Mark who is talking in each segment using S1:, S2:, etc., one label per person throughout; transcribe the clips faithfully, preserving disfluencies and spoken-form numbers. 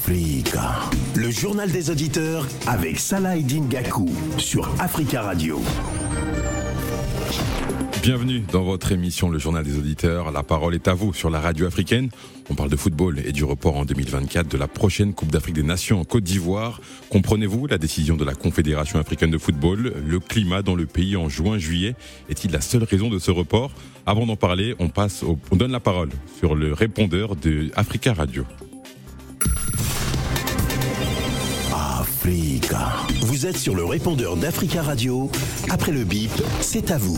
S1: Africa, le journal des auditeurs avec Salah Eddine Gakou sur Africa Radio.
S2: Bienvenue dans votre émission Le Journal des Auditeurs. La parole est à vous sur la radio africaine. On parle de football et du report en deux mille vingt-quatre de la prochaine Coupe d'Afrique des Nations en Côte d'Ivoire. Comprenez-vous la décision de la Confédération africaine de football? Le climat dans le pays en juin-juillet est-il la seule raison de ce report? Avant d'en parler, on passe au, on donne la parole sur le répondeur de Africa Radio.
S1: Africa. Vous êtes sur le répondeur d'Africa Radio. Après le bip, c'est à vous.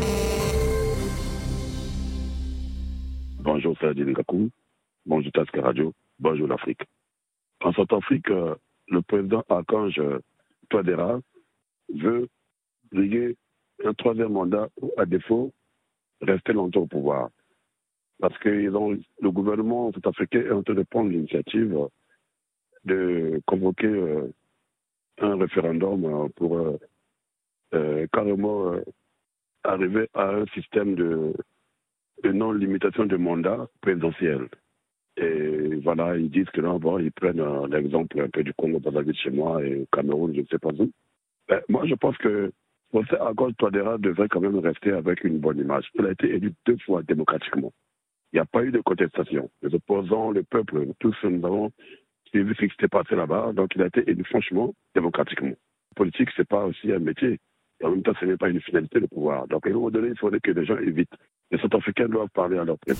S3: Bonjour Salah Eddine Gakou, bonjour Africa Radio, bonjour l'Afrique. En Centrafrique, le président Archange Touadéra veut briguer un troisième mandat ou à défaut rester longtemps au pouvoir. Parce que ils ont, le gouvernement centrafricain est en train de prendre l'initiative de convoquer euh, un référendum pour euh, euh, carrément euh, arriver à un système de, de non-limitation de mandat présidentiel. Et voilà, ils disent que là, bon, ils prennent euh, l'exemple un peu du Congo, Brazzaville chez moi, et au Cameroun, je ne sais pas où. Ben, moi, je pense que José Archange Touadéra devrait quand même rester avec une bonne image. Il a été élu deux fois démocratiquement. Il n'y a pas eu de contestation. Les opposants, le peuple, tous nous avons suivi ce qui s'était passé là-bas. Donc, il a été élu franchement démocratiquement. La politique, ce n'est pas aussi un métier. Et en même temps, ce n'est pas une finalité de pouvoir. Donc, à un moment donné, il faudrait que les gens évitent. Les Centrafricains doivent parler à leur peuple.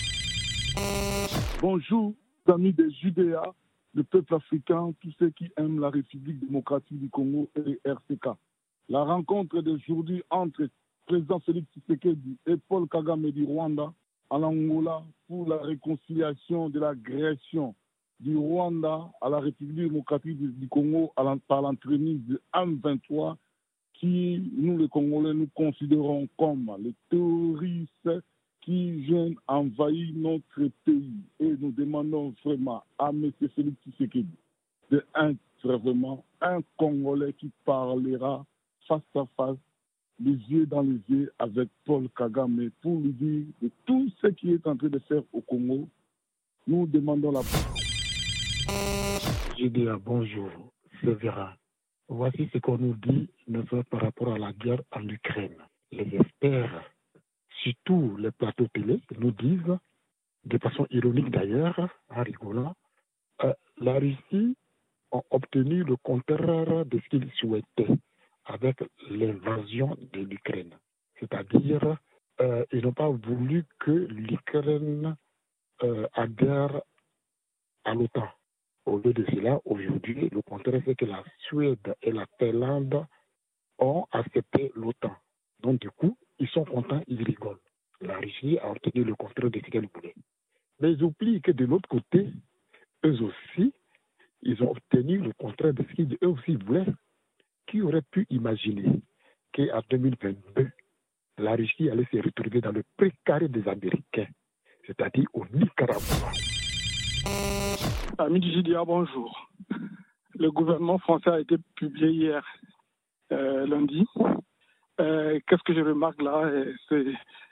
S4: Bonjour, amis des Judéa, le peuple africain, tous ceux qui aiment la République démocratique du Congo et les R C K. La rencontre d'aujourd'hui entre le président Félix Tshisekedi et Paul Kagame du Rwanda à l'Angola pour la réconciliation de l'agression du Rwanda à la République démocratique du Congo par l'entremise de M vingt-trois qui, nous les Congolais, nous considérons comme les terroristes qui viennent envahir notre pays. Et nous demandons vraiment à M. Félix Tshisekedi d'être vraiment un Congolais qui parlera face à face, les yeux dans les yeux avec Paul Kagame pour lui dire de tout ce qu'il est en train de faire au Congo. Nous demandons la paix.
S5: J'ai dit bonjour, c'est Vera. Voici ce qu'on nous dit par rapport à la guerre en Ukraine. Les experts, surtout les plateaux télé, nous disent, de façon ironique d'ailleurs, en rigolant, euh, la Russie a obtenu le contraire de ce qu'ils souhaitaient avec l'invasion de l'Ukraine. C'est-à-dire, euh, ils n'ont pas voulu que l'Ukraine euh, adhère à l'OTAN. Au lieu de cela, aujourd'hui, le contraire, c'est que la Suède et la Finlande ont accepté l'OTAN. Donc, du coup, ils sont contents, ils rigolent. La Russie a obtenu le contraire de ce qu'elle voulait. Mais ils oublient que de l'autre côté, eux aussi, ils ont obtenu le contraire de ce qu'ils eux aussi voulaient. Qui aurait pu imaginer qu'en deux mille vingt-deux, la Russie allait se retrouver dans le précaré des Américains, c'est-à-dire au Nicaragua.
S6: Amis du J D A, bonjour. Le gouvernement français a été publié hier, euh, lundi. Euh, qu'est-ce que je remarque là? C'est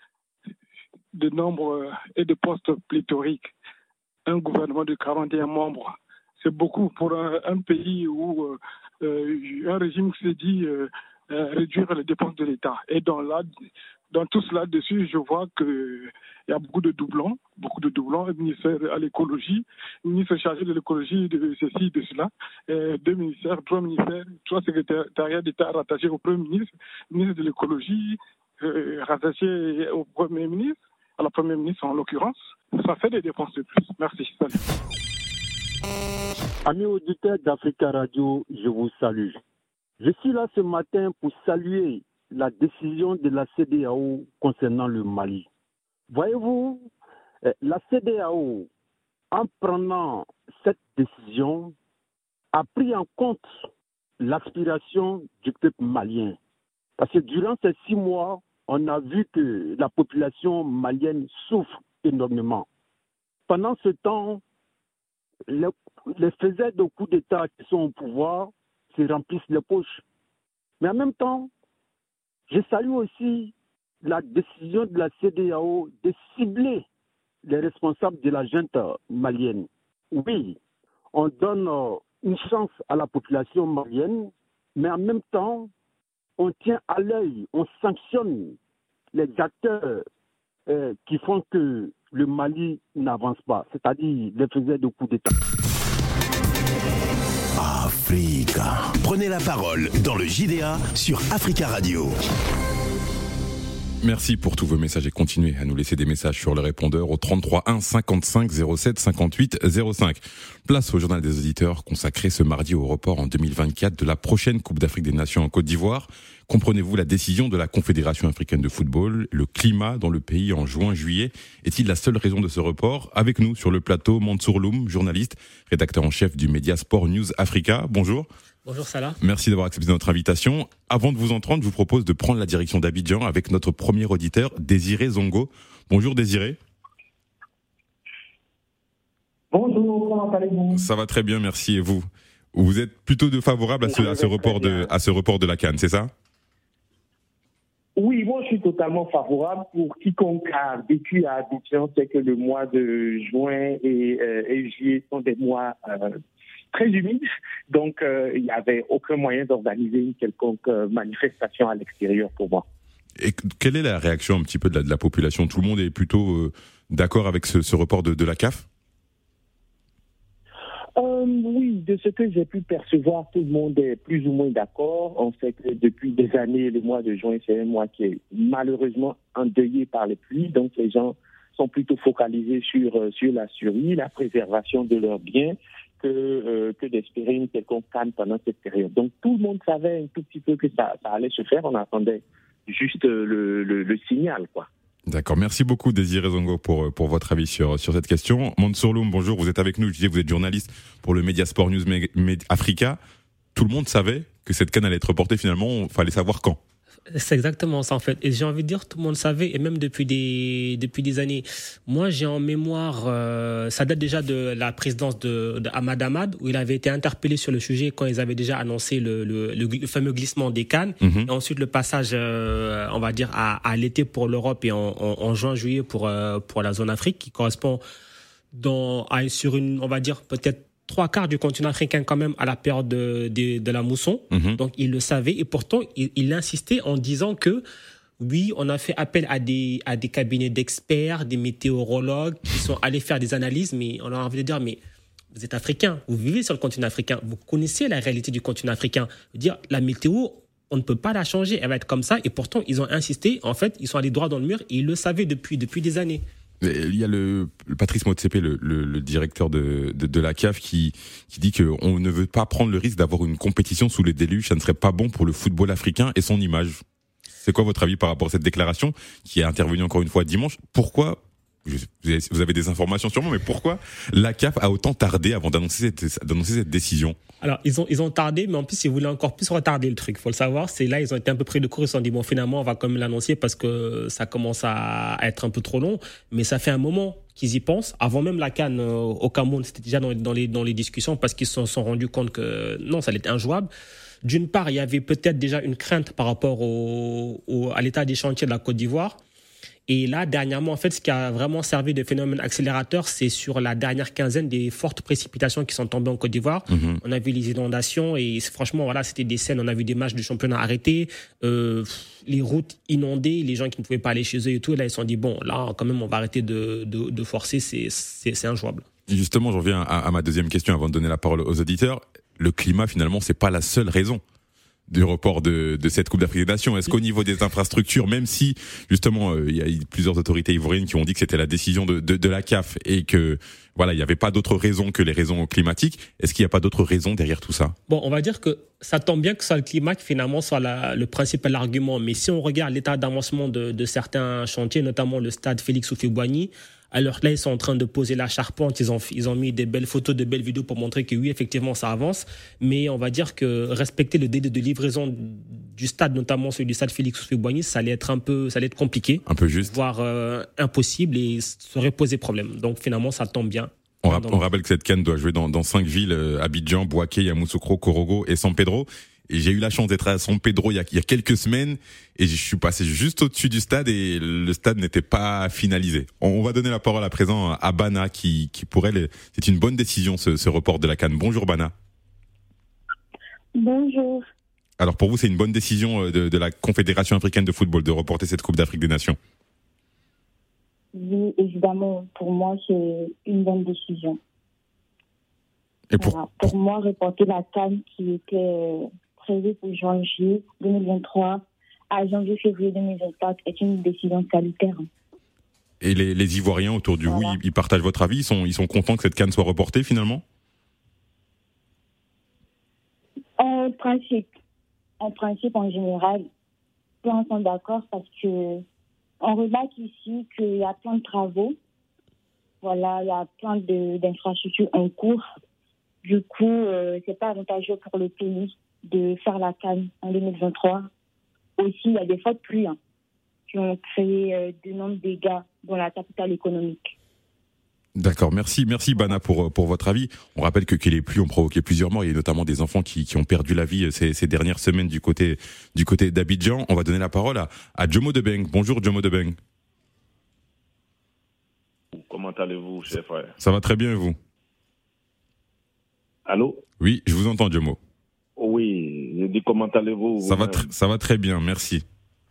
S6: de nombres et de postes pléthoriques. Un gouvernement de quarante et un membres, c'est beaucoup pour un, un pays où euh, euh, un régime s'est dit euh, euh, réduire les dépenses de l'État. Et dans, là, dans tout cela dessus, je vois qu'il y a beaucoup de doublons, beaucoup de doublons. Le ministère à l'écologie, le ministre chargé de l'écologie, de ceci, de cela, et deux ministères, trois ministères, trois secrétariats d'État rattachés au Premier ministre, le ministre de l'écologie, euh, rattaché au Premier ministre, à la Première ministre en l'occurrence. Ça fait des dépenses de plus. Merci. Salut.
S7: Amis auditeurs d'Africa Radio, je vous salue. Je suis là ce matin pour saluer la décision de la C E D E A O concernant le Mali. Voyez-vous, la C E D E A O, en prenant cette décision, a pris en compte l'aspiration du peuple malien. Parce que durant ces six mois, on a vu que la population malienne souffre énormément. Pendant ce temps, les, les faiseurs de coups d'État qui sont au pouvoir se remplissent les poches. Mais en même temps, je salue aussi la décision de la C E D E A O de cibler les responsables de la junte malienne. Oui, on donne euh, une chance à la population malienne, mais en même temps, on tient à l'œil, on sanctionne les acteurs euh, qui font que le Mali n'avance pas, c'est-à-dire les faiseurs de coups d'État.
S1: Africa. Prenez la parole dans le J D A sur Africa Radio.
S2: Merci pour tous vos messages et continuez à nous laisser des messages sur le répondeur au trente-trois un cinquante-cinq zéro sept cinquante-huit zéro cinq. Place au journal des auditeurs consacré ce mardi au report en deux mille vingt-quatre de la prochaine Coupe d'Afrique des Nations en Côte d'Ivoire. Comprenez-vous la décision de la Confédération africaine de football? Le climat dans le pays en juin-juillet est-il la seule raison de ce report? Avec nous sur le plateau, Mansour Loum, journaliste, rédacteur en chef du média Sport News Africa. Bonjour.
S8: Bonjour Salah.
S2: Merci d'avoir accepté notre invitation. Avant de vous entendre, je vous propose de prendre la direction d'Abidjan avec notre premier auditeur, Désiré Zongo. Bonjour Désiré.
S9: Bonjour, comment allez-vous?
S2: Ça va très bien, merci. Et vous? Vous êtes plutôt de favorable à ce, à ce report de, à ce report de la CAN, c'est ça?
S9: Oui, moi je suis totalement favorable. Pour quiconque a vécu à Abidjan, c'est que le mois de juin et, euh, et juillet sont des mois euh, très humides. Donc euh, il n'y avait aucun moyen d'organiser une quelconque euh, manifestation à l'extérieur pour moi.
S2: Et quelle est la réaction un petit peu de la, de la population? Tout le monde est plutôt euh, d'accord avec ce, ce report de, de la C A F?
S9: Euh, oui, de ce que j'ai pu percevoir, tout le monde est plus ou moins d'accord. On sait que depuis des années, le mois de juin, c'est un mois qui est malheureusement endeuillé par les pluies. Donc les gens sont plutôt focalisés sur, sur la survie, la préservation de leurs biens, que, euh, que d'espérer une quelconque calme pendant cette période. Donc tout le monde savait un tout petit peu que ça, ça allait se faire. On attendait juste le, le, le signal, quoi.
S2: D'accord, merci beaucoup Désiré Zongo pour, pour votre avis sur, sur cette question. Mansour Loum, bonjour, vous êtes avec nous, je disais vous êtes journaliste pour le média Sport News Africa. Tout le monde savait que cette CAN allait être reportée finalement, il fallait savoir quand.
S8: C'est exactement ça en fait. Et j'ai envie de dire, tout le monde savait, et même depuis des, depuis des années. Moi, j'ai en mémoire, euh, ça date déjà de la présidence de, de Ahmad Ahmad, où il avait été interpellé sur le sujet quand ils avaient déjà annoncé le, le, le, le fameux glissement des CAN. Mm-hmm. Et ensuite, le passage, euh, on va dire, à, à l'été pour l'Europe et en, en, en juin-juillet pour, euh, pour la zone Afrique, qui correspond dans, à, sur une, on va dire, peut-être trois quarts du continent africain quand même à la période de, de, de la mousson. Mmh. Donc, il le savait. Et pourtant, il, il insistait en disant que, oui, on a fait appel à des, à des cabinets d'experts, des météorologues qui sont allés faire des analyses. Mais on a envie de dire, mais vous êtes africain, vous vivez sur le continent africain, vous connaissez la réalité du continent africain. Je veux dire, la météo, on ne peut pas la changer, elle va être comme ça. Et pourtant, ils ont insisté. En fait, ils sont allés droit dans le mur et ils le savaient depuis, depuis des années.
S2: Il y a le, le Patrice Motsepe, le, le, le directeur de, de, de la C A F, qui, qui dit qu'on ne veut pas prendre le risque d'avoir une compétition sous les déluges. Ça ne serait pas bon pour le football africain et son image. C'est quoi votre avis par rapport à cette déclaration qui est intervenue encore une fois dimanche? Pourquoi, vous avez des informations sur moi, mais pourquoi la C A F a autant tardé avant d'annoncer cette, d'annoncer cette décision? Alors,
S8: ils ont, ils ont tardé, mais en plus, ils voulaient encore plus retarder le truc. Faut le savoir. C'est là, ils ont été un peu pris de court. Ils se sont dit, bon, finalement, on va quand même l'annoncer parce que ça commence à être un peu trop long. Mais ça fait un moment qu'ils y pensent. Avant même la CAN euh, au Cameroun, c'était déjà dans, dans les, dans les discussions parce qu'ils se sont rendus compte que non, ça allait être injouable. D'une part, il y avait peut-être déjà une crainte par rapport au, au, à l'état des chantiers de la Côte d'Ivoire. Et là, dernièrement, en fait, ce qui a vraiment servi de phénomène accélérateur, c'est sur la dernière quinzaine des fortes précipitations qui sont tombées en Côte d'Ivoire. Mmh. On a vu les inondations et franchement, voilà, c'était des scènes. On a vu des matchs de championnat arrêtés, euh, les routes inondées, les gens qui ne pouvaient pas aller chez eux et tout. Et là, ils se sont dit, bon, là, quand même, on va arrêter de, de, de forcer, c'est, c'est, c'est injouable.
S2: Justement, j'en viens à, à ma deuxième question avant de donner la parole aux auditeurs. Le climat, finalement, c'est pas la seule raison du report de, de cette Coupe d'Afrique des Nations. Est-ce qu'au niveau des infrastructures, même si justement il euh, y a plusieurs autorités ivoiriennes qui ont dit que c'était la décision de, de, de la C A F et que voilà, il n'y avait pas d'autres raisons que les raisons climatiques, est-ce qu'il n'y a pas d'autres raisons derrière tout ça?
S8: Bon, on va dire que ça tombe bien que ce soit le climat qui finalement soit la, le principal argument, mais si on regarde l'état d'avancement de, de certains chantiers, notamment le stade Félix Houphouët-Boigny, alors là, ils sont en train de poser la charpente. Ils ont, ils ont mis des belles photos, de belles vidéos pour montrer que oui, effectivement, ça avance. Mais on va dire que respecter le délai de livraison du stade, notamment celui du stade Félix Houphouët-Boigny, ça allait être un peu, ça allait être compliqué.
S2: Un peu juste.
S8: Voire euh, impossible et ça aurait posé problème. Donc finalement, ça tombe bien.
S2: On, ra- on rappelle que cette CAN doit jouer dans, dans cinq villes, euh, Abidjan, Bouaké, Yamoussoukro, Korogo et San Pedro. Et j'ai eu la chance d'être à San Pedro il y a, il y a quelques semaines et je suis passé juste au-dessus du stade et le stade n'était pas finalisé. On, on va donner la parole à présent à Bana qui, qui pour elle, c'est une bonne décision ce, ce report de la CAN. Bonjour Bana.
S10: Bonjour.
S2: Alors pour vous, c'est une bonne décision de, de la Confédération africaine de football de reporter cette Coupe d'Afrique des Nations?
S10: Oui, évidemment, pour moi, c'est une bonne décision.
S2: Et pour,
S10: voilà. Pour moi, reporter la CAN qui était prévue pour janvier deux mille vingt-trois à janvier-février deux mille vingt-quatre est une décision salutaire.
S2: Et les, les Ivoiriens autour du voilà. vous, ils, ils partagent votre avis? Ils sont, ils sont contents que cette CAN soit reportée finalement?
S10: En principe. En principe, en général, tous sont d'accord parce que on remarque ici qu'il y a plein de travaux. Voilà, il y a plein de, d'infrastructures en cours. Du coup, euh, c'est pas avantageux pour le pays de faire la CAN en deux mille vingt-trois. Aussi, il y a des fortes pluies hein, qui ont créé euh, d'énormes dégâts dans la capitale économique.
S2: D'accord, merci, merci Bana pour pour votre avis. On rappelle que, que les pluies ont provoqué plusieurs morts. Il y a notamment des enfants qui, qui ont perdu la vie ces, ces dernières semaines du côté du côté d'Abidjan. On va donner la parole à, à Jomo Debeng. Bonjour Jomo Debeng.
S11: Comment allez-vous, chef frère?
S2: Ça va très bien et vous?
S11: Allô?
S2: Oui, je vous entends Jomo.
S11: Oui, je dis comment allez-vous?
S2: Ça va, tr- ça va très bien, merci.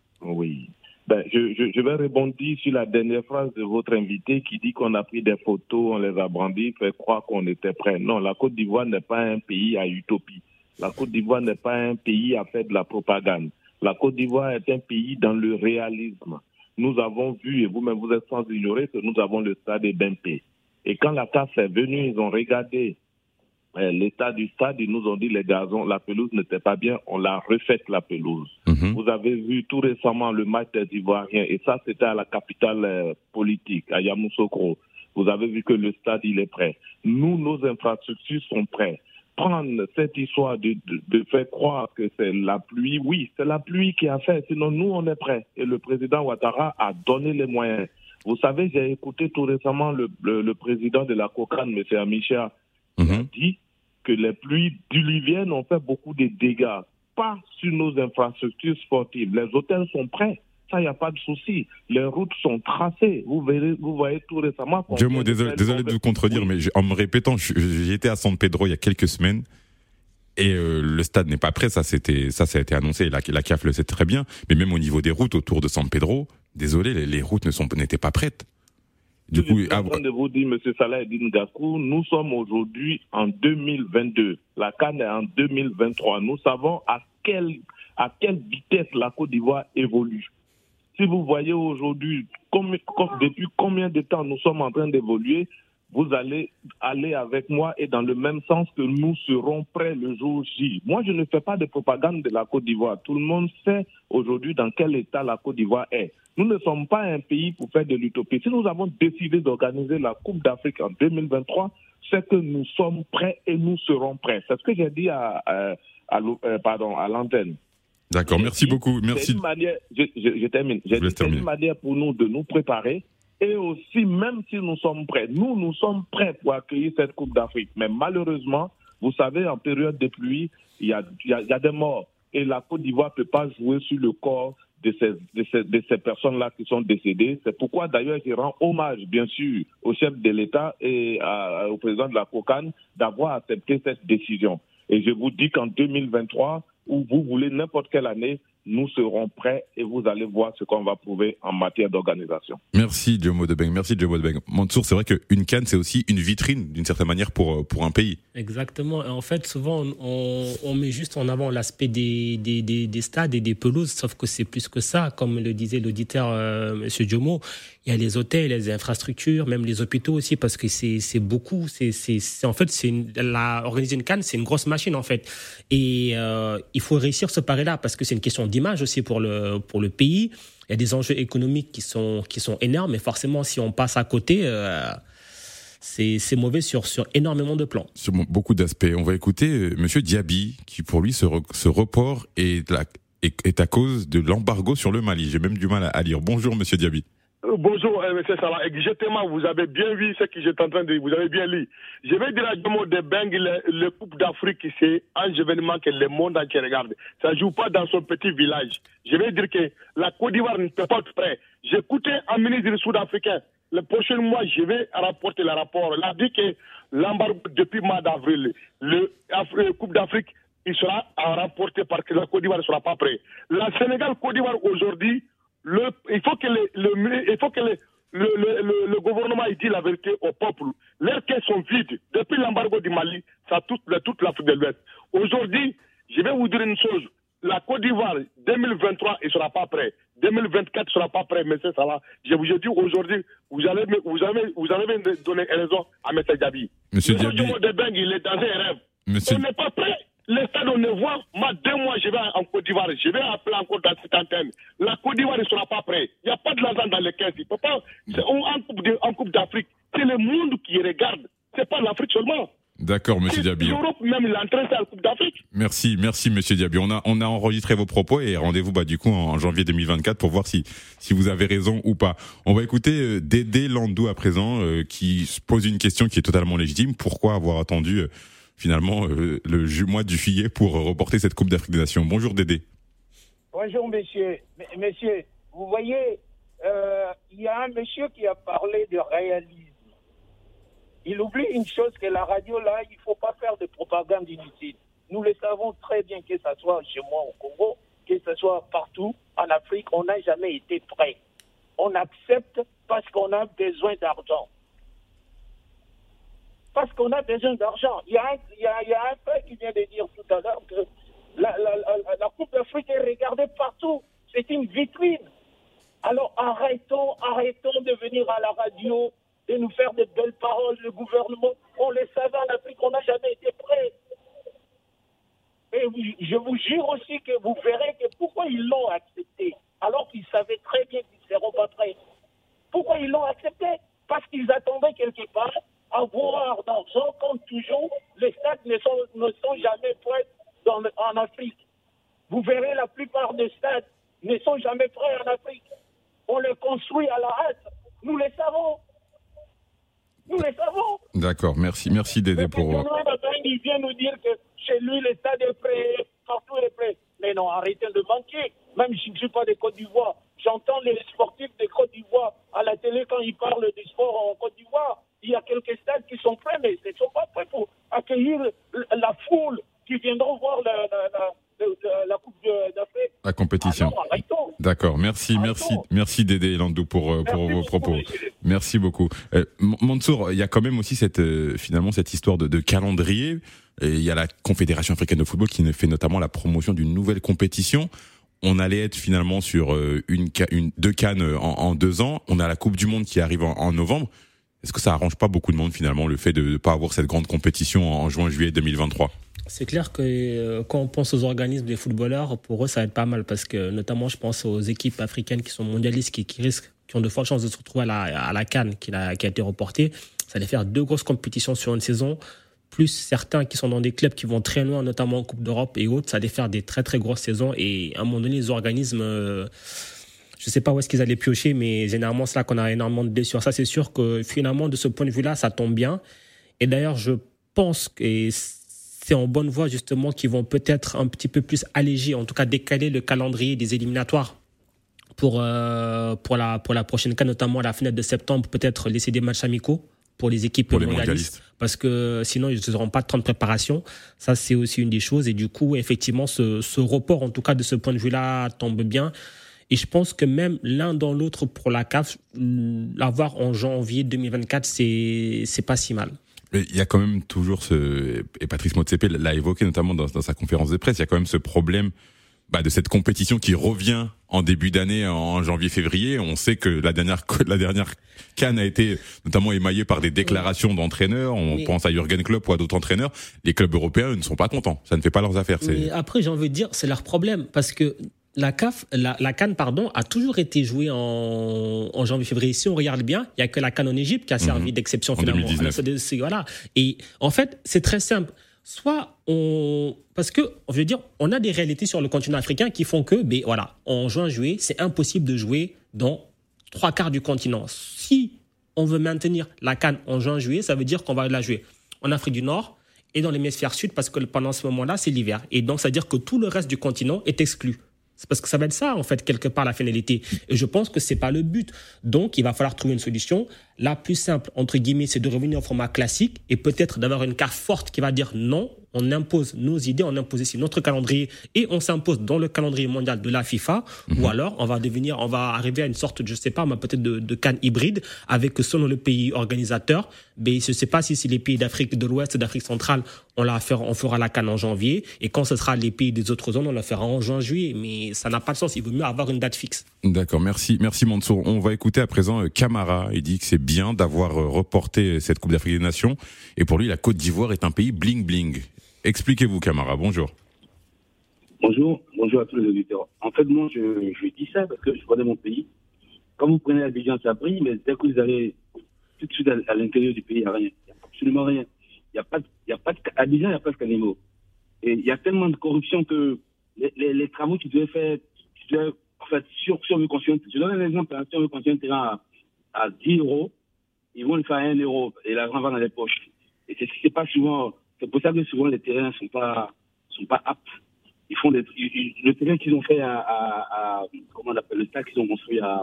S11: Oui. Ben, je, je, je vais rebondir sur la dernière phrase de votre invité qui dit qu'on a pris des photos, on les a brandies, fait croire qu'on était prêts. Non, la Côte d'Ivoire n'est pas un pays à utopie. La Côte d'Ivoire n'est pas un pays à faire de la propagande. La Côte d'Ivoire est un pays dans le réalisme. Nous avons vu, et vous-même vous êtes sans ignorer, que nous avons le stade Bempé. Et quand la C A F est venue, ils ont regardé euh, l'état du stade, ils nous ont dit les gazons, la pelouse n'était pas bien, on l'a refaite la pelouse. Mm-hmm. Vous avez vu tout récemment le match des Ivoiriens, et ça c'était à la capitale euh, politique, à Yamoussoukro. Vous avez vu que le stade il est prêt. Nous, nos infrastructures sont prêtes. Prendre cette histoire de, de, de faire croire que c'est la pluie, oui, c'est la pluie qui a fait, sinon nous on est prêts. Et le président Ouattara a donné les moyens. Vous savez, j'ai écouté tout récemment le, le, le président de la COCAN, M. Amicha, qui mm-hmm. a dit que les pluies diluviennes ont fait beaucoup de dégâts, pas sur nos infrastructures sportives. Les hôtels sont prêts. Ça, il n'y a pas de souci. Les routes sont tracées. Vous verrez, vous voyez tout récemment.
S2: Jomo, désolé, désolé de vous contredire, oui. mais en me répétant, j'étais à San Pedro il y a quelques semaines et euh, le stade n'est pas prêt. Ça, c'était, ça, ça a été annoncé. La, la C A F le sait très bien. Mais même au niveau des routes autour de San Pedro, désolé, les, les routes ne sont, n'étaient pas prêtes.
S11: Du coup, je suis en train de vous dire, M. Salah-Eddine Gakou, nous sommes aujourd'hui en deux mille vingt-deux. La CAN est en deux mille vingt-trois. Nous savons à quelle, à quelle vitesse la Côte d'Ivoire évolue. Si vous voyez aujourd'hui, comme, comme, depuis combien de temps nous sommes en train d'évoluer, vous allez aller avec moi et dans le même sens que nous serons prêts le jour J. Moi, je ne fais pas de propagande de la Côte d'Ivoire. Tout le monde sait aujourd'hui dans quel état la Côte d'Ivoire est. Nous ne sommes pas un pays pour faire de l'utopie. Si nous avons décidé d'organiser la Coupe d'Afrique en deux mille vingt-trois, c'est que nous sommes prêts et nous serons prêts. C'est ce que j'ai dit à, à, à, à, pardon, à l'antenne.
S2: D'accord, merci beaucoup. Merci.
S11: C'est une manière, je, je, je termine. J'ai dit, c'est une manière pour nous de nous préparer et aussi, même si nous sommes prêts, nous, nous sommes prêts pour accueillir cette Coupe d'Afrique. Mais malheureusement, vous savez, en période de pluie, il y a, il y a, il y a des morts et la Côte d'Ivoire ne peut pas jouer sur le corps de ces, de ces, de ces personnes-là qui sont décédées. C'est pourquoi, d'ailleurs, je rends hommage, bien sûr, au chef de l'État et à, au président de la COCAN d'avoir accepté cette décision. Et je vous dis qu'en deux mille vingt-trois, où vous voulez n'importe quelle année, nous serons prêts et vous allez voir ce qu'on va prouver en matière d'organisation.
S2: Merci Jomo Debeng, merci Jomo Debeng. Mansour, c'est vrai qu'une CAN, c'est aussi une vitrine d'une certaine manière pour, pour un pays.
S8: Exactement. Et en fait, souvent, on, on met juste en avant l'aspect des, des, des, des stades et des pelouses, sauf que c'est plus que ça. Comme le disait l'auditeur euh, M. Jomo, il y a les hôtels, les infrastructures, même les hôpitaux aussi, parce que c'est, c'est beaucoup. C'est, c'est, c'est, en fait, c'est une, la, organiser une CAN, c'est une grosse machine, en fait. Et euh, il faut réussir ce pari-là, parce que c'est une question d'image aussi pour le, pour le pays. Il y a des enjeux économiques qui sont, qui sont énormes, mais forcément, si on passe à côté, euh, c'est, c'est mauvais sur, sur énormément de plans.
S2: Sur beaucoup d'aspects. On va écouter euh, M. Diaby, qui pour lui, ce, re, ce report est, la, est, est à cause de l'embargo sur le Mali. J'ai même du mal à, à lire. Bonjour, M. Diaby.
S12: Bonjour, M. Salah. Exactement, vous avez bien vu ce que j'étais en train de dire. Vous avez bien lu. Je vais dire à Jomo de Beng, le, le Coupe d'Afrique, c'est un événement que le monde entier regarde. Ça ne joue pas dans son petit village. Je vais dire que la Côte d'Ivoire ne peut pas être prête. J'écoutais un ministre sud-africain. Le prochain mois, je vais rapporter le rapport. Il a dit que l'embargo depuis le mois d'avril, le, le Coupe d'Afrique, il sera remporté parce que la Côte d'Ivoire ne sera pas prête. La Sénégal-Côte d'Ivoire aujourd'hui, Le, il faut que, le, le, il faut que le, le, le, le gouvernement il dit la vérité au peuple. Leurs caisses sont vides. Depuis l'embargo du Mali, ça touche toute l'Afrique de l'Ouest. Aujourd'hui, je vais vous dire une chose. La Côte d'Ivoire, deux mille vingt-trois, il ne sera pas prêt. deux mille vingt-quatre, il ne sera pas prêt, M. Salah. Je vous ai dit aujourd'hui, vous avez, vous avez, vous avez donné raison à M. Diaby.
S2: M. Diaby.
S12: M. Il est dans un rêve.
S2: Monsieur...
S12: On n'est pas prêt. Les stades, on ne voit. Moi, deux mois, je vais en Côte d'Ivoire. Je vais appeler encore dans cette antenne. La Côte d'Ivoire ne sera pas prête. Il n'y a pas de l'argent dans les caisses. Il peut pas. En coupe, de, en coupe d'Afrique, c'est le monde qui regarde. Ce n'est pas l'Afrique seulement.
S2: D'accord, M. Diaby.
S12: L'Europe même, l'entrée, c'est la Coupe d'Afrique.
S2: Merci, merci, M. Diaby. On a, on a enregistré vos propos et rendez-vous, bah, du coup, en janvier deux mille vingt-quatre pour voir si, si vous avez raison ou pas. On va écouter euh, Dédé Landou à présent, euh, qui se pose une question qui est totalement légitime. Pourquoi avoir attendu euh, finalement euh, le ju- mois de juillet pour reporter cette Coupe d'Afrique des Nations? Bonjour Dédé.
S13: Bonjour messieurs. M- messieurs, vous voyez, euh, il y a un monsieur qui a parlé de réalisme. Il oublie une chose, que la radio là, il ne faut pas faire de propagande inutile. Nous le savons très bien, que ce soit chez moi au Congo, que ce soit partout en Afrique, on n'a jamais été prêt. On accepte parce qu'on a besoin d'argent. Parce qu'on a besoin d'argent. Il y a un, il y a, il y a un fait qui vient de dire tout à l'heure que la, la, la, la Coupe d'Afrique est regardée partout. C'est une vitrine. Alors arrêtons, arrêtons de venir à la radio, de nous faire de belles paroles. Le gouvernement, on le savait en Afrique, on n'a jamais été prêt. Et je vous jure aussi que vous verrez que pourquoi ils l'ont accepté, alors qu'ils savaient très bien qu'ils ne seront pas prêts. Pourquoi ils l'ont accepté? Parce qu'ils attendaient quelque part avoir d'argent, comme toujours, les stades ne sont, ne sont jamais prêts dans le, en Afrique. Vous verrez, la plupart des stades ne sont jamais prêts en Afrique. On les construit à la hâte. Nous les savons. Nous les savons.
S2: D'accord, merci, merci Dédé pour...
S13: Il vient nous dire que chez lui, le stade est prêt, partout est prêt. Mais non, arrêtez de manquer. Même si je ne suis pas de Côte d'Ivoire, j'entends les sportifs de Côte d'Ivoire à la télé quand ils parlent du sport en Côte d'Ivoire. Il y a quelques stades qui sont prêts, mais ils ne sont pas prêts pour accueillir la foule qui viendront voir la, la, la, la, la Coupe d'Afrique.
S2: La compétition.
S13: Alors, arrêtons.
S2: D'accord, merci,
S13: arrêtons. merci,
S2: merci Dédé Landou pour,
S13: merci
S2: pour vos propos.
S13: Beaucoup.
S2: Merci beaucoup. Euh, Mansour, il y a quand même aussi cette, euh, finalement, cette histoire de, de calendrier. Et il y a la Confédération africaine de football qui fait notamment la promotion d'une nouvelle compétition. On allait être finalement sur euh, une, une, deux cannes en, en deux ans. On a la Coupe du Monde qui arrive en, en novembre. Est-ce que ça arrange pas beaucoup de monde finalement, le fait de ne pas avoir cette grande compétition en juin-juillet deux mille vingt-trois?
S8: C'est clair que euh, quand on pense aux organismes des footballeurs, pour eux ça va être pas mal parce que notamment je pense aux équipes africaines qui sont mondialistes, qui, qui risquent, qui ont de fortes chances de se retrouver à la, à la CAN qui a, qui a été reportée. Ça allait faire deux grosses compétitions sur une saison, plus certains qui sont dans des clubs qui vont très loin, notamment en Coupe d'Europe et autres. Ça allait faire des très très grosses saisons et à un moment donné les organismes... Euh, je ne sais pas où est-ce qu'ils allaient piocher, mais généralement, c'est là qu'on a énormément de blessures. Ça, c'est sûr que finalement, de ce point de vue-là, ça tombe bien. Et d'ailleurs, je pense que c'est en bonne voie, justement, qu'ils vont peut-être un petit peu plus alléger, en tout cas décaler le calendrier des éliminatoires pour, euh, pour, la, pour la prochaine CAN, notamment à la fenêtre de septembre, peut-être laisser des matchs amicaux pour les équipes
S2: pour les
S8: mondialistes, mondialistes, parce que sinon, ils n'auront pas de temps de préparation. Ça, c'est aussi une des choses. Et du coup, effectivement, ce, ce report, en tout cas, de ce point de vue-là, tombe bien. Et je pense que même l'un dans l'autre pour la C A F, l'avoir en janvier deux mille vingt-quatre, c'est, c'est pas si mal.
S2: Mais il y a quand même toujours ce, et Patrice Motsepe l'a évoqué notamment dans, dans sa conférence de presse, il y a quand même ce problème bah, de cette compétition qui revient en début d'année, en janvier-février. On sait que la dernière la dernière CAN a été notamment émaillée par des déclarations d'entraîneurs. On mais, pense à Jürgen Klopp ou à d'autres entraîneurs. Les clubs européens ne sont pas contents. Ça ne fait pas leurs affaires. C'est...
S8: Mais après, j'ai envie de dire, c'est leur problème parce que La C A F, la, la CAN, pardon, a toujours été jouée en, en janvier-février. Si on regarde bien, il y a que la CAN en Égypte qui a servi mmh. d'exception
S2: en
S8: finalement.
S2: deux mille dix-neuf.
S8: C'est, voilà. Et en fait, c'est très simple. Soit on, parce que, je veux dire, on a des réalités sur le continent africain qui font que, ben voilà, en juin-juillet, c'est impossible de jouer dans trois quarts du continent. Si on veut maintenir la CAN en juin-juillet, ça veut dire qu'on va la jouer en Afrique du Nord et dans l'hémisphère sud, parce que pendant ce moment-là, c'est l'hiver. Et donc, ça veut dire que tout le reste du continent est exclu. C'est parce que ça va être ça, en fait, quelque part, la finalité. Et je pense que c'est pas le but. Donc, il va falloir trouver une solution. La plus simple, entre guillemets, c'est de revenir au format classique et peut-être d'avoir une carte forte qui va dire non, on impose nos idées, on impose ici notre calendrier et on s'impose dans le calendrier mondial de la FIFA. Mmh. Ou alors, on va devenir, on va arriver à une sorte, je sais pas, mais peut-être de, de CAN hybride avec, selon le pays organisateur, mais je sais pas si c'est les pays d'Afrique de l'Ouest, d'Afrique centrale, on la fera, on fera la CAN en janvier et quand ce sera les pays des autres zones, on la fera en juin, juillet. Mais ça n'a pas de sens. Il vaut mieux avoir une date fixe.
S2: D'accord. Merci. Merci Mansour. On va écouter à présent Camara. Il dit que c'est bien d'avoir reporté cette Coupe d'Afrique des Nations. Et pour lui, la Côte d'Ivoire est un pays bling bling. Expliquez-vous, Camara. Bonjour.
S14: Bonjour. Bonjour à tous les auditeurs. En fait, moi, je, je dis ça parce que je connais mon pays. Quand vous prenez Abidjan, ça brille, mais dès que vous allez tout de suite à, à l'intérieur du pays, il n'y a rien. Il n'y a absolument rien. Il n'y a pas de, il y a pas de, à Abidjan, il n'y a pas de caniveau. Et il y a tellement de corruption que les, les, les travaux qui devaient faire, qui devaient, en fait, sur, si on veut construire, je donne un exemple, si on veut construire un terrain à, à dix euros, ils vont le faire à un euro et l'argent va dans les poches. Et c'est ce qui se passe souvent. C'est pour ça que souvent les terrains sont pas, sont pas aptes. Ils font des, ils, le terrain qu'ils ont fait à, à, à comment on appelle le stade qu'ils ont construit à,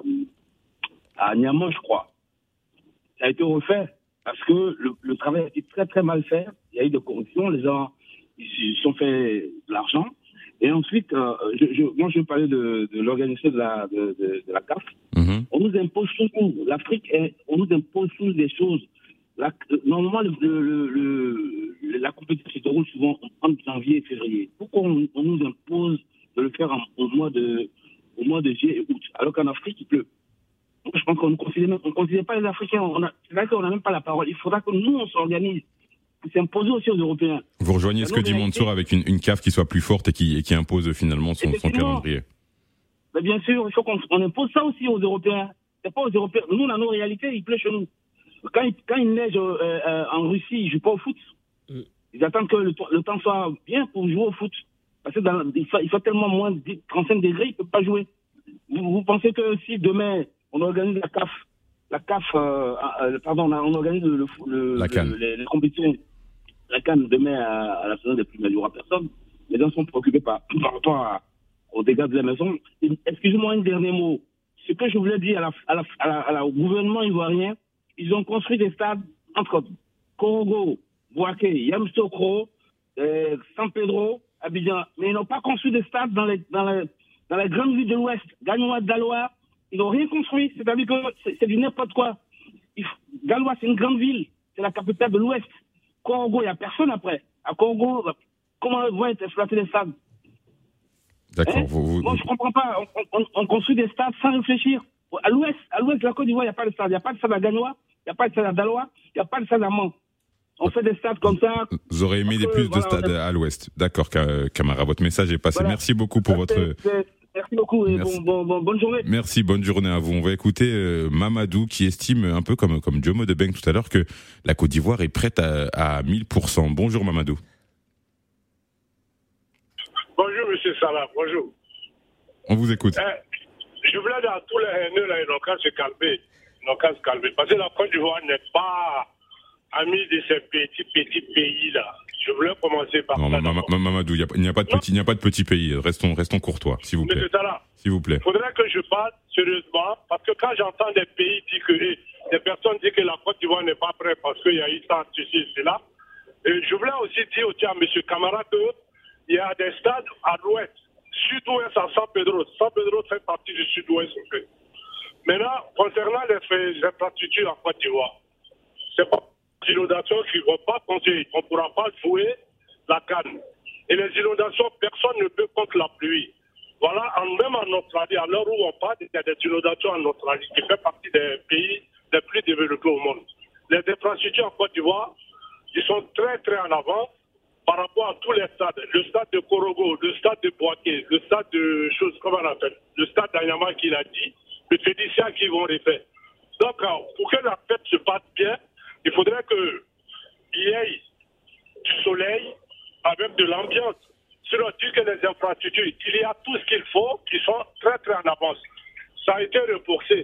S14: à Niamey, je crois. Ça a été refait parce que le, le travail a été très très mal fait. Il y a eu de corruption, les gens ils se sont fait de l'argent. Et ensuite, euh, je, je, moi je veux parler de, de l'organisation de la, de, de, de la C A F. Mm-hmm. On nous impose tout. L'Afrique, est, on nous impose tous des choses. La, normalement, le, le, le, la compétition se déroule souvent entre janvier et février. Pourquoi on, on nous impose de le faire en, au mois de, au mois de juillet et août, alors qu'en Afrique il pleut? Moi, je pense qu'on ne considère, on considère pas les Africains. On a, c'est vrai qu'on n'a même pas la parole. Il faudra que nous on s'organise. C'est imposé aussi aux Européens.
S2: Vous rejoignez la ce que dit Mansour avec une, une C A F qui soit plus forte et qui, et qui impose finalement son, son calendrier.
S14: Mais bien sûr, il faut qu'on on impose ça aussi aux Européens. C'est pas aux Européens. Nous, on a nos réalités, il pleut chez nous. Quand il, quand il neige euh, euh, en Russie, ils ne jouent pas au foot. Mm. Ils attendent que le, le temps soit bien pour jouer au foot. Parce que dans, il, fait, il fait tellement moins de trente-cinq degrés, ils ne peuvent pas jouer. Vous, vous pensez que si demain, on organise la C A F, la C A F, euh, euh, pardon, on organise le, le,
S2: la
S14: le, les, les compétitions, la CAN demain à, à la saison des plus, il n'y aura personne. Les gens sont préoccupés par, par rapport à, aux dégâts de la maison. Et, excusez-moi un dernier mot. Ce que je voulais dire à la, à la, à la, à la, au gouvernement ivoirien, ils ont construit des stades entre Korogo, Bouaké, Yamoussoukro, euh, San Pedro, Abidjan. Mais ils n'ont pas construit des stades dans les, dans les, dans les grandes villes de l'Ouest. Gagnois, Daloa, ils n'ont rien construit. C'est-à-dire que c'est, c'est du n'importe quoi. Galois, c'est une grande ville. C'est la capitale de l'Ouest. Korogo, il n'y a personne après. À Korogo, comment vont être exploités les stades?
S2: D'accord.
S14: Hein?
S2: vous, vous,
S14: Moi, je ne comprends pas. On, on, on construit des stades sans réfléchir. À l'ouest, à l'ouest de la Côte d'Ivoire, il n'y a pas de stade. Il n'y a pas de stade à Gagnois, il n'y a pas de stade à Daloa, il n'y a pas de stade à Mans. On fait des stades comme ça.
S2: Vous aurez aimé des plus voilà, de stades à l'ouest. D'accord, Camara. Votre message est passé. Voilà. Merci beaucoup pour
S14: c'est,
S2: votre...
S14: C'est, merci beaucoup et
S2: merci.
S14: Bon, bon, bon, bonne journée.
S2: Merci, bonne journée à vous. On va écouter euh, Mamadou qui estime, un peu comme, comme Jomo Debeng tout à l'heure, que la Côte d'Ivoire est prête à, à mille pour cent. Bonjour Mamadou.
S12: Bonjour Monsieur Salah, bonjour.
S2: On vous écoute.
S12: Euh, Je voulais dire à tous les haineux, là, ils n'ont qu'à se calmer. Ils n'ont qu'à se calmer. Parce que la Côte d'Ivoire n'est pas amie de ces petits, petits pays-là. Je voulais commencer par
S2: non,
S12: ça.
S2: Ma, ma, ma, Mamadou, il n'y a, a pas de petit, il n'y a pas de petits pays. Restons, restons courtois, s'il vous plaît.
S12: Monsieur Salah,
S2: s'il vous plaît.
S12: Il faudrait que je parle sérieusement, parce que quand j'entends des pays dire que, des personnes dire que la Côte d'Ivoire n'est pas prête parce qu'il y a eu ça, ceci, cela. Et je voulais aussi dire aussi à M. Camara qu'il y a des stades à l'ouest. Sud-ouest à San Pedro. San Pedro fait partie du sud-ouest. Maintenant, concernant les infrastructures en Côte d'Ivoire, c'est pas les inondations qui ne vont pas compter. On ne pourra pas jouer la CAN. Et les inondations, personne ne peut contre la pluie. Voilà, en, même en Australie, à l'heure où on parle, il y a des inondations en Australie qui fait partie des pays les plus développés au monde. Les infrastructures en Côte d'Ivoire, ils sont très très en avance par rapport à tous les stades. Le stade de Korogo, le stade de Bouaké, le stade de choses, comment on appelle, le stade d'Anyama qu'il a dit, le Fédécia qui vont les faire. Donc, pour que la fête se passe bien, il faudrait qu'il y ait du soleil avec de l'ambiance. Sinon, dire que les infrastructures, il y a tout ce qu'il faut qui sont très très en avance. Ça a été repoussé.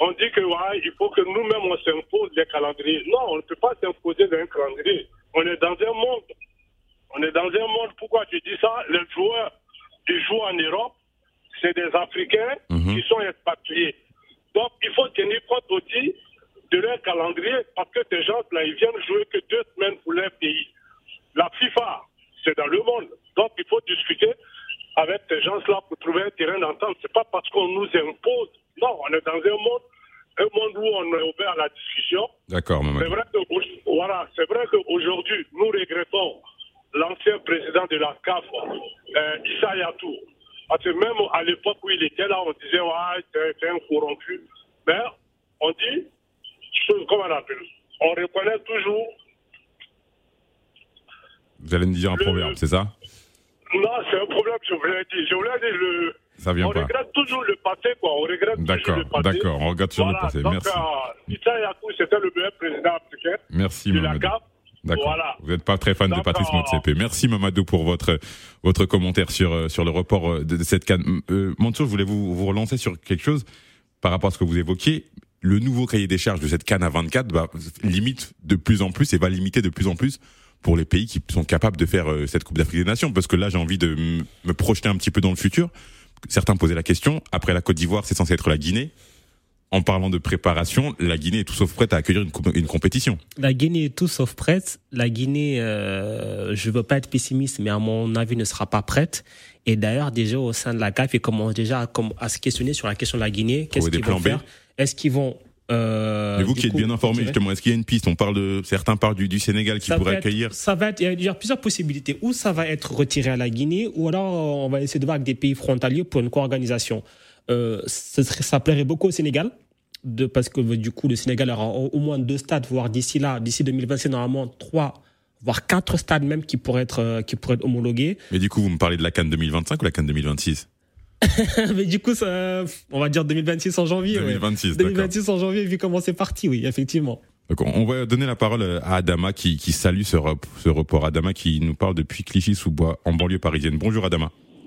S12: on dit que ouais, il faut que nous-mêmes on s'impose les calendriers. Non, on ne peut pas s'imposer d'un calendrier. On est dans un monde. On est dans un monde. Pourquoi tu dis ça? Les joueurs qui jouent en Europe, c'est des Africains mmh. qui sont expatriés. Donc, il faut tenir compte aussi de leur calendrier parce que ces gens-là, ils viennent jouer que deux semaines pour leur pays. La FIFA, c'est dans le monde. Donc, il faut discuter avec ces gens-là pour trouver un terrain d'entente. C'est pas parce qu'on nous impose. Non, on est dans un monde, un monde où on est ouvert à la discussion.
S2: D'accord, Mamadou.
S12: C'est vrai que, voilà, c'est vrai qu'aujourd'hui, nous regrettons l'ancien président de la C A F, euh, Issa Yatou. Parce que même à l'époque où il était là, on disait, ouais, c'est un corrompu. Mais on dit, comment on appelle, on reconnaît toujours.
S2: Vous allez me dire un le... proverbe, c'est ça?
S12: Non, c'est un problème, je voulais dire. Je voulais dire, le...
S2: ça vient
S12: on
S2: pas.
S12: regrette toujours le passé, quoi. On regrette
S2: d'accord,
S12: toujours le passé.
S2: D'accord, on regrette toujours
S12: voilà,
S2: le passé.
S12: Donc,
S2: merci.
S12: Euh, Issa Yatou, c'était le meilleur président africain.
S2: Merci,
S12: de
S2: Mamadou.
S12: La C A F. D'accord. Voilà.
S2: Vous n'êtes pas très fan donc, de Patrice euh... Motsepe. Merci Mamadou pour votre votre commentaire sur sur le report de, de cette CAN. Euh, Mansour, je voulais vous vous relancer sur quelque chose par rapport à ce que vous évoquiez. Le nouveau cahier des charges de cette CAN à vingt-quatre bah, limite de plus en plus et va limiter de plus en plus pour les pays qui sont capables de faire euh, cette Coupe d'Afrique des Nations. Parce que là, j'ai envie de m- me projeter un petit peu dans le futur. Certains posaient la question. Après la Côte d'Ivoire, c'est censé être la Guinée. En parlant de préparation, la Guinée est tout sauf prête à accueillir une, co- une compétition.
S8: La Guinée est tout sauf prête. La Guinée, euh, je ne veux pas être pessimiste, mais à mon avis, ne sera pas prête. Et d'ailleurs, déjà au sein de la C A F, ils commencent déjà à, à se questionner sur la question de la Guinée. Qu'est-ce qu'ils vont faire? Est-ce qu'ils vont... Euh,
S2: Mais vous qui êtes coup, bien informé, justement, est-ce qu'il y a une piste? On parle de certains parlent du, du Sénégal qui pourrait
S8: être,
S2: accueillir.
S8: Ça va être, il y a plusieurs possibilités. Ou ça va être retiré à la Guinée, ou alors on va essayer de voir avec des pays frontaliers pour une co-organisation. Euh, ce serait, ça plairait beaucoup au Sénégal. De, parce que du coup, le Sénégal aura au moins deux stades, voire d'ici là, d'ici deux mille vingt-six, normalement trois, voire quatre stades même qui pourraient être, euh, qui pourraient être homologués.
S2: Mais du coup, vous me parlez de la CAN deux mille vingt-cinq ou la CAN deux mille vingt-six?
S8: Mais du coup, ça, on va dire deux mille vingt-six en janvier.
S2: deux mille vingt-six,
S8: ouais. deux mille vingt-six en janvier, vu comment c'est parti, oui, effectivement.
S2: Donc on va donner la parole à Adama qui, qui salue ce, rep, ce report. Adama qui nous parle depuis Clichy-sous-Bois, en banlieue parisienne. Bonjour Adama.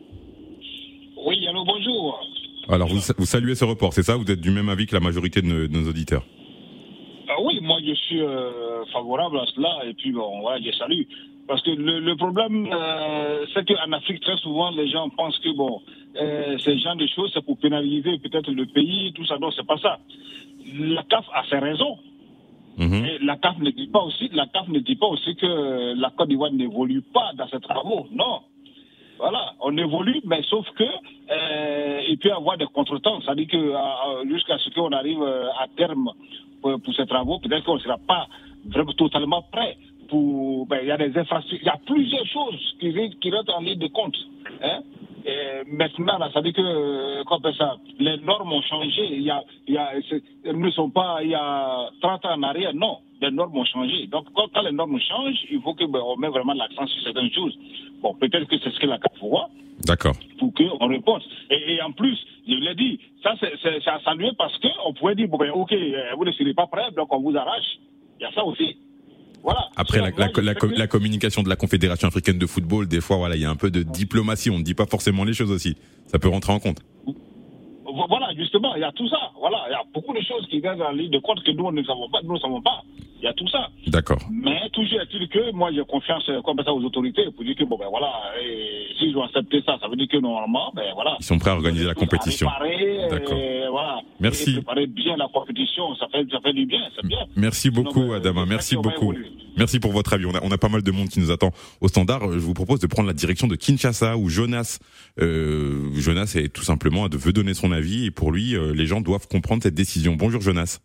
S15: Oui, allô, bonjour.
S2: Alors vous, vous saluez ce report, c'est ça? Vous êtes du même avis que la majorité de nos, de nos auditeurs?
S15: Ah oui, moi je suis euh, favorable à cela et puis bon, ouais, je salue. Parce que le, le problème, euh, c'est qu'en Afrique, très souvent, les gens pensent que bon, euh, ce genre de choses, c'est pour pénaliser peut-être le pays, tout ça. Non, c'est pas ça. La C A F a ses raisons. Mm-hmm. Et la C A F ne dit pas aussi, la C A F ne dit pas aussi que la Côte d'Ivoire n'évolue pas dans ses travaux. Non. Voilà, on évolue, mais sauf que euh, il peut y avoir des contretemps. C'est-à-dire que euh, jusqu'à ce qu'on arrive à terme pour, pour ces travaux, peut-être qu'on ne sera pas vraiment totalement prêt. Pour, ben, il y a des infrastructures, il y a plusieurs choses qui, qui rentrent en ligne de compte. Hein? Et maintenant, là, ça veut dire que, quoi appelle ça, les normes ont changé. Il y a, il y a, elles ne sont pas, il y a trente ans en arrière, non. Les normes ont changé. Donc, quand, quand les normes changent, il faut qu'on ben, met vraiment l'accent sur certaines choses. Bon, peut-être que c'est ce que la C A F voit.
S2: D'accord.
S15: Pour qu'on réponde. Et, et en plus, je l'ai dit, ça, c'est, c'est, c'est à saluer parce qu'on pouvait dire, bon, ben, OK, vous ne serez pas prêts, donc on vous arrache. Il y a ça aussi. Voilà.
S2: Après, la, la, la, la, la communication de la Confédération africaine de football, des fois, voilà, il y a un peu de diplomatie. On ne dit pas forcément les choses aussi. Ça peut rentrer en compte.
S15: Voilà, justement, il y a tout ça. Voilà, il y a beaucoup de choses qui viennent en ligne de compte que nous, nous ne savons pas. Nous ne savons pas. Il y a tout ça.
S2: D'accord.
S15: Mais toujours est-il que moi, j'ai confiance comme ça aux autorités pour dire que, bon, ben voilà, s'ils ont accepté ça, ça veut dire que normalement, ben voilà.
S2: Ils sont prêts à organiser la compétition.
S15: Préparer,
S2: D'accord.
S15: Et, voilà.
S2: Merci.
S15: Et préparer bien la compétition, ça fait, ça fait du bien, c'est bien.
S2: Merci beaucoup, Sinon, Adama. Euh, merci beaucoup. Merci pour votre avis. On a, on a pas mal de monde qui nous attend au standard. Je vous propose de prendre la direction de Kinshasa où Jonas, euh, Jonas est tout simplement, veut donner son avis et pour lui, euh, les gens doivent comprendre cette décision. Bonjour, Jonas.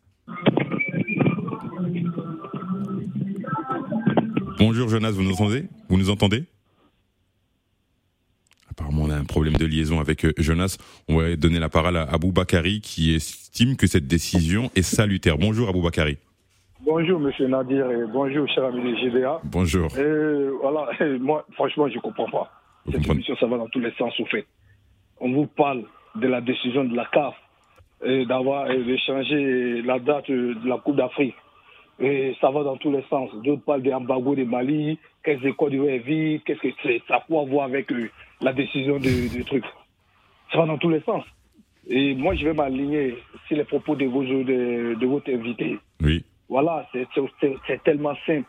S2: Bonjour Jonas, vous nous entendez? Vous nous entendez? Apparemment, on a un problème de liaison avec Jonas. On va donner la parole à Abou Bakari qui estime que cette décision est salutaire. Bonjour Abou Bakari.
S16: Bonjour Monsieur Nadir et bonjour cher ami de G D A.
S2: Bonjour.
S16: Et voilà, et moi franchement je ne comprends pas.
S2: Vous
S16: Cette émission ça va dans tous les sens au fait. On vous parle de la décision de la C A F et d'avoir et de changer la date de la Coupe d'Afrique. Et ça va dans tous les sens. D'autres parlent des embargos de Mali, qu'est-ce que Côte d'Ivoire vit, qu'est-ce que c'est, ça a quoi voir avec euh, la décision du truc. Ça va dans tous les sens. Et moi, je vais m'aligner sur les propos de, vos, de, de votre invité.
S2: Oui.
S16: Voilà, c'est, c'est, c'est tellement simple.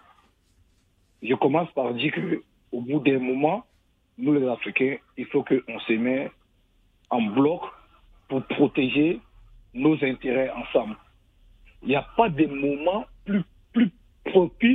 S16: Je commence par dire qu'au bout d'un moment, nous les Africains, il faut qu'on se mette en bloc pour protéger nos intérêts ensemble. Il n'y a pas de moment plus, plus propice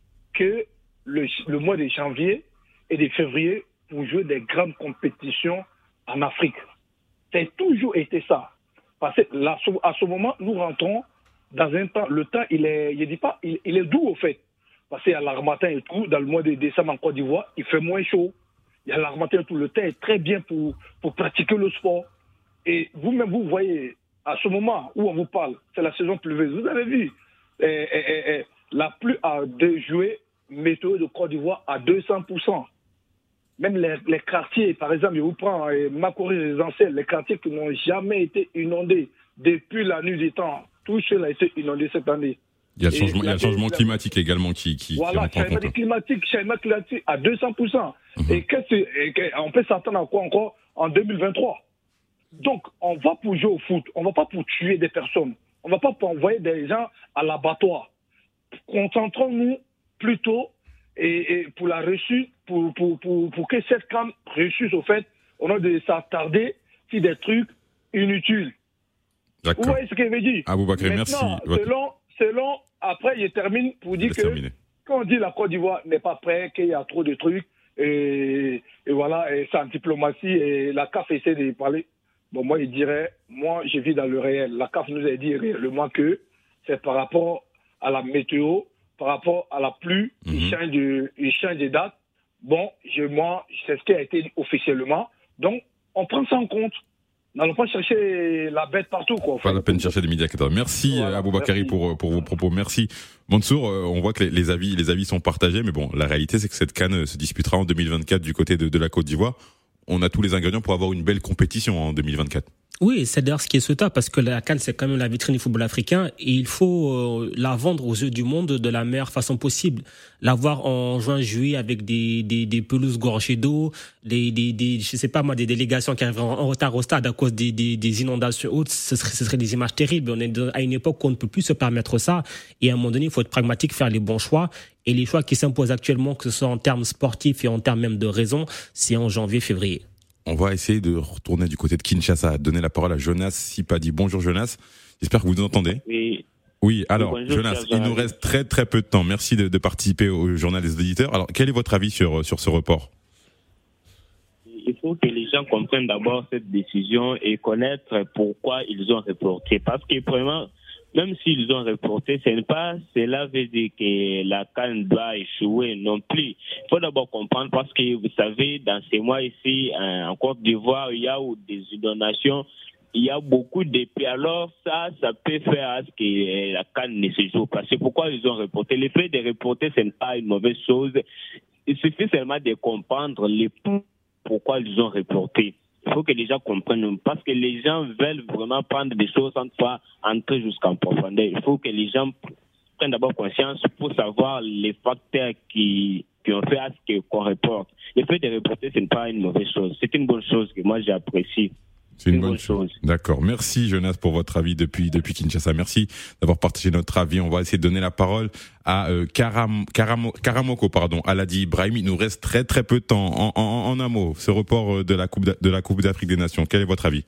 S16: que le, le mois de janvier et de février pour jouer des grandes compétitions en Afrique. C'est toujours été ça. Parce que là, à ce moment, nous rentrons dans un temps, le temps, il est, je dis pas, il, il est doux au fait. Parce qu'il y a l'Harmattan et tout, dans le mois de décembre en Côte d'Ivoire, il fait moins chaud. Il y a l'Harmattan et tout, le temps est très bien pour, pour pratiquer le sport. Et vous-même, vous voyez, à ce moment où on vous parle, c'est la saison pluvieuse. Vous avez vu, eh, eh, eh, la pluie a déjoué météo de Côte d'Ivoire à deux cents pour cent. Même les, les quartiers, par exemple, je vous prends eh, Makori et les Ancels, les quartiers qui n'ont jamais été inondés depuis la nuit des temps, tout cela a été inondé cette année.
S2: Il y a le changement, il y a le changement climatique également qui, qui,
S16: voilà,
S2: qui rentre en compte.
S16: Climatique, changement climatique à deux cents pour cent. Mm-hmm. Et qu'est-ce que, on peut s'attendre à quoi encore en deux mille vingt-trois? Donc, on va pour jouer au foot, on ne va pas pour tuer des personnes, on ne va pas pour envoyer des gens à l'abattoir. Concentrons-nous plutôt et, et pour la réussite, pour, pour, pour, pour que cette C A N réussisse au fait, on a de s'attarder sur des trucs inutiles.
S2: D'accord.
S16: Vous voyez ce que je veux dire?
S2: Aboubakry, merci.
S16: Selon, selon, après, je termine pour dire que terminé. Quand on dit la Côte d'Ivoire n'est pas prête, qu'il y a trop de trucs, et, et voilà, et c'est en diplomatie, et la C A F essaie de parler. Bon, moi, je dirais, moi, je vis dans le réel. La C A F nous a dit réellement que c'est par rapport à la météo, par rapport à la pluie, mm-hmm. il change de, il change de date. Bon, je, moi, c'est ce qui a été dit officiellement. Donc, on prend ça en compte. N'allons pas chercher la bête partout, quoi.
S2: Pas la peine de chercher des médias. Merci, voilà, Aboubakry, pour, pour vos propos. Merci. Mansour, on voit que les, les avis, les avis sont partagés, mais bon, la réalité, c'est que cette C A N se disputera en deux mille vingt-quatre du côté de, de la Côte d'Ivoire. On a tous les ingrédients pour avoir une belle compétition en deux mille vingt-quatre.
S8: Oui, c'est d'ailleurs ce qui est souhaitable parce que la C A N, c'est quand même la vitrine du football africain et il faut euh, la vendre aux yeux du monde de la meilleure façon possible. La voir en juin, juillet avec des, des, des pelouses gorgées d'eau, des, des, des, je sais pas moi, des délégations qui arrivent en, en retard au stade à cause des, des, des inondations hautes, ce serait, ce serait des images terribles. On est à une époque où on ne peut plus se permettre ça et à un moment donné, il faut être pragmatique, faire les bons choix. Et les choix qui s'imposent actuellement, que ce soit en termes sportifs et en termes même de raison, c'est en janvier, février.
S2: On va essayer de retourner du côté de Kinshasa, donner la parole à Jonas Sipadi. Bonjour Jonas, j'espère que vous nous entendez.
S17: Oui.
S2: Oui, alors
S17: oui, bonjour,
S2: Jonas, il nous reste très très peu de temps. Merci de, de participer au journal des auditeurs. Alors, quel est votre avis sur, sur ce report ?
S17: Il faut que les gens comprennent d'abord cette décision et connaître pourquoi ils ont reporté. Parce que vraiment, même s'ils ont reporté, ce n'est pas cela veut dire que la C A N doit échouer non plus. Il faut d'abord comprendre parce que vous savez, dans ces mois ici, en Côte d'Ivoire, il y a des inondations, il y a beaucoup de pluie. Alors ça, ça peut faire à ce que la C A N ne se joue pas. C'est pourquoi ils ont reporté. Le fait de reporter, ce n'est pas une mauvaise chose. Il suffit seulement de comprendre les points pourquoi ils ont reporté. Il faut que les gens comprennent, parce que les gens veulent vraiment prendre des choses sans pas entrer jusqu'en profondeur. Il faut que les gens prennent d'abord conscience pour savoir les facteurs qui, qui ont fait à ce qu'on reporte. Le fait de reporter, ce n'est pas une mauvaise chose. C'est une bonne chose que moi j'apprécie.
S2: C'est une, une bonne, bonne chose. chose. D'accord. Merci Jonas pour votre avis depuis depuis Kinshasa. Merci d'avoir partagé notre avis. On va essayer de donner la parole à euh, Karam, Karam, Karamoko, pardon, Aladi Ibrahim. Il nous reste très très peu de temps. En, en, en un mot, ce report de la Coupe de la Coupe d'Afrique des Nations. Quel est votre avis?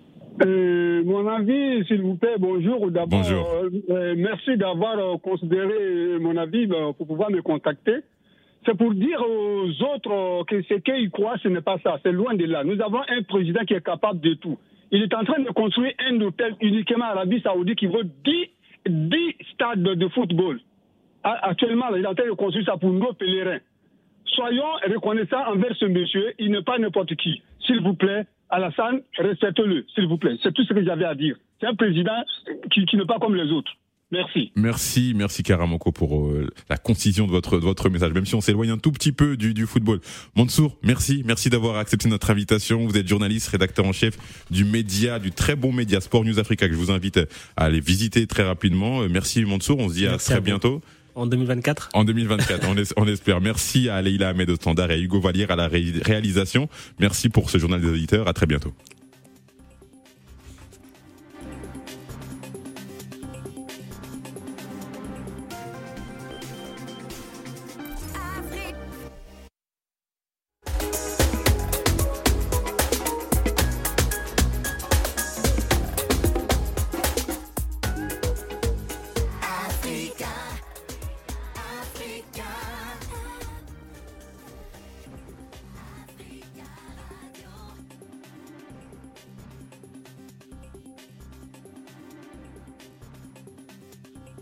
S18: Euh, mon avis, s'il vous plaît, bonjour. D'abord, bonjour. Euh, merci d'avoir euh, considéré mon avis euh, pour pouvoir me contacter. C'est pour dire aux autres que ce qu'ils croient, ce n'est pas ça. C'est loin de là. Nous avons un président qui est capable de tout. Il est en train de construire un hôtel uniquement à l'Arabie Saoudite qui vaut dix stades de football. Actuellement, il est en train de construire ça pour nos pèlerins. Soyons reconnaissants envers ce monsieur. Il n'est pas n'importe qui. S'il vous plaît, Alassane, respectez-le, s'il vous plaît. C'est tout ce que j'avais à dire. C'est un président qui, qui n'est pas comme les autres. Merci.
S2: Merci, merci Karamoko pour euh, la concision de votre de votre message, même si on s'éloigne un tout petit peu du, du football. Mansour, merci, merci d'avoir accepté notre invitation. Vous êtes journaliste, rédacteur en chef du média, du très bon média Sport News Africa que je vous invite à aller visiter très rapidement. Merci Mansour, on se dit merci à très à bientôt.
S8: En deux mille vingt-quatre
S2: En deux mille vingt-quatre, on, es, on espère. Merci à Leïla Ahmed au standard et à Hugo Vallière à la ré- réalisation. Merci pour ce journal des auditeurs. À très bientôt.